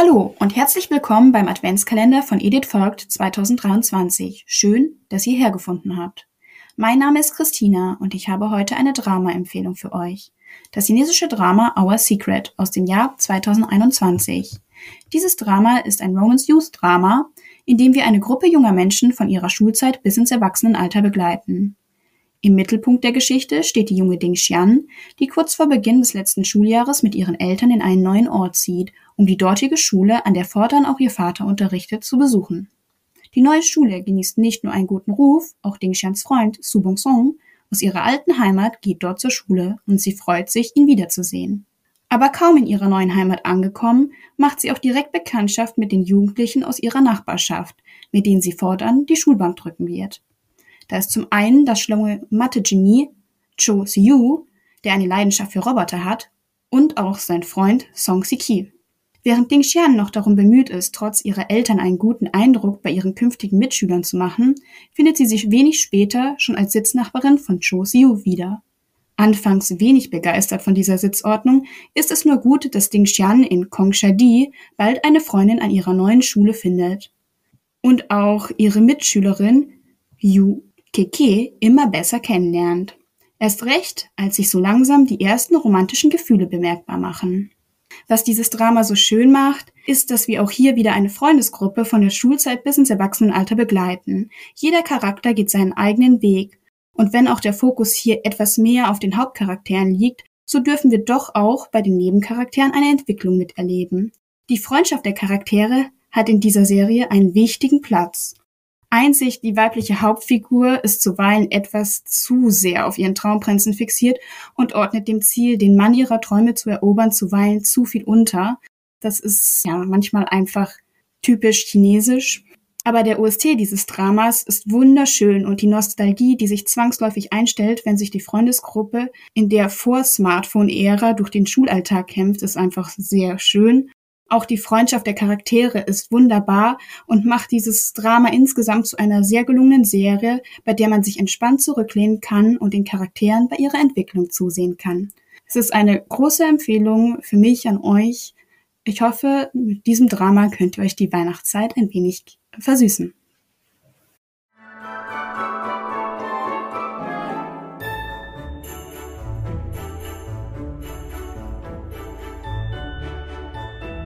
Hallo und herzlich willkommen beim Adventskalender von Edith Vogt 2023. Schön, dass ihr hergefunden habt. Mein Name ist Christina und ich habe heute eine Drama-Empfehlung für euch. Das chinesische Drama Our Secret aus dem Jahr 2021. Dieses Drama ist ein Romance-Youth-Drama, in dem wir eine Gruppe junger Menschen von ihrer Schulzeit bis ins Erwachsenenalter begleiten. Im Mittelpunkt der Geschichte steht die junge Ding Xian, die kurz vor Beginn des letzten Schuljahres mit ihren Eltern in einen neuen Ort zieht, um die dortige Schule, an der fortan auch ihr Vater unterrichtet, zu besuchen. Die neue Schule genießt nicht nur einen guten Ruf, auch Ding Xians Freund Su Bongsong aus ihrer alten Heimat geht dort zur Schule und sie freut sich, ihn wiederzusehen. Aber kaum in ihrer neuen Heimat angekommen, macht sie auch direkt Bekanntschaft mit den Jugendlichen aus ihrer Nachbarschaft, mit denen sie fortan die Schulbank drücken wird. Da ist zum einen das schlaue Mathe-Genie Cho Siu, der eine Leidenschaft für Roboter hat, und auch sein Freund Song Si-ki. Während Ding Xian noch darum bemüht ist, trotz ihrer Eltern einen guten Eindruck bei ihren künftigen Mitschülern zu machen, findet sie sich wenig später schon als Sitznachbarin von Cho Siu wieder. Anfangs wenig begeistert von dieser Sitzordnung, ist es nur gut, dass Ding Xian in Kongsha-di bald eine Freundin an ihrer neuen Schule findet. Und auch ihre Mitschülerin Yu Keke immer besser kennenlernt. Erst recht, als sich so langsam die ersten romantischen Gefühle bemerkbar machen. Was dieses Drama so schön macht, ist, dass wir auch hier wieder eine Freundesgruppe von der Schulzeit bis ins Erwachsenenalter begleiten. Jeder Charakter geht seinen eigenen Weg. Und wenn auch der Fokus hier etwas mehr auf den Hauptcharakteren liegt, so dürfen wir doch auch bei den Nebencharakteren eine Entwicklung miterleben. Die Freundschaft der Charaktere hat in dieser Serie einen wichtigen Platz. Einzig die weibliche Hauptfigur ist zuweilen etwas zu sehr auf ihren Traumprinzen fixiert und ordnet dem Ziel, den Mann ihrer Träume zu erobern, zuweilen zu viel unter. Das ist ja manchmal einfach typisch chinesisch. Aber der OST dieses Dramas ist wunderschön und die Nostalgie, die sich zwangsläufig einstellt, wenn sich die Freundesgruppe in der Vor-Smartphone-Ära durch den Schulalltag kämpft, ist einfach sehr schön. Auch die Freundschaft der Charaktere ist wunderbar und macht dieses Drama insgesamt zu einer sehr gelungenen Serie, bei der man sich entspannt zurücklehnen kann und den Charakteren bei ihrer Entwicklung zusehen kann. Es ist eine große Empfehlung für mich an euch. Ich hoffe, mit diesem Drama könnt ihr euch die Weihnachtszeit ein wenig versüßen.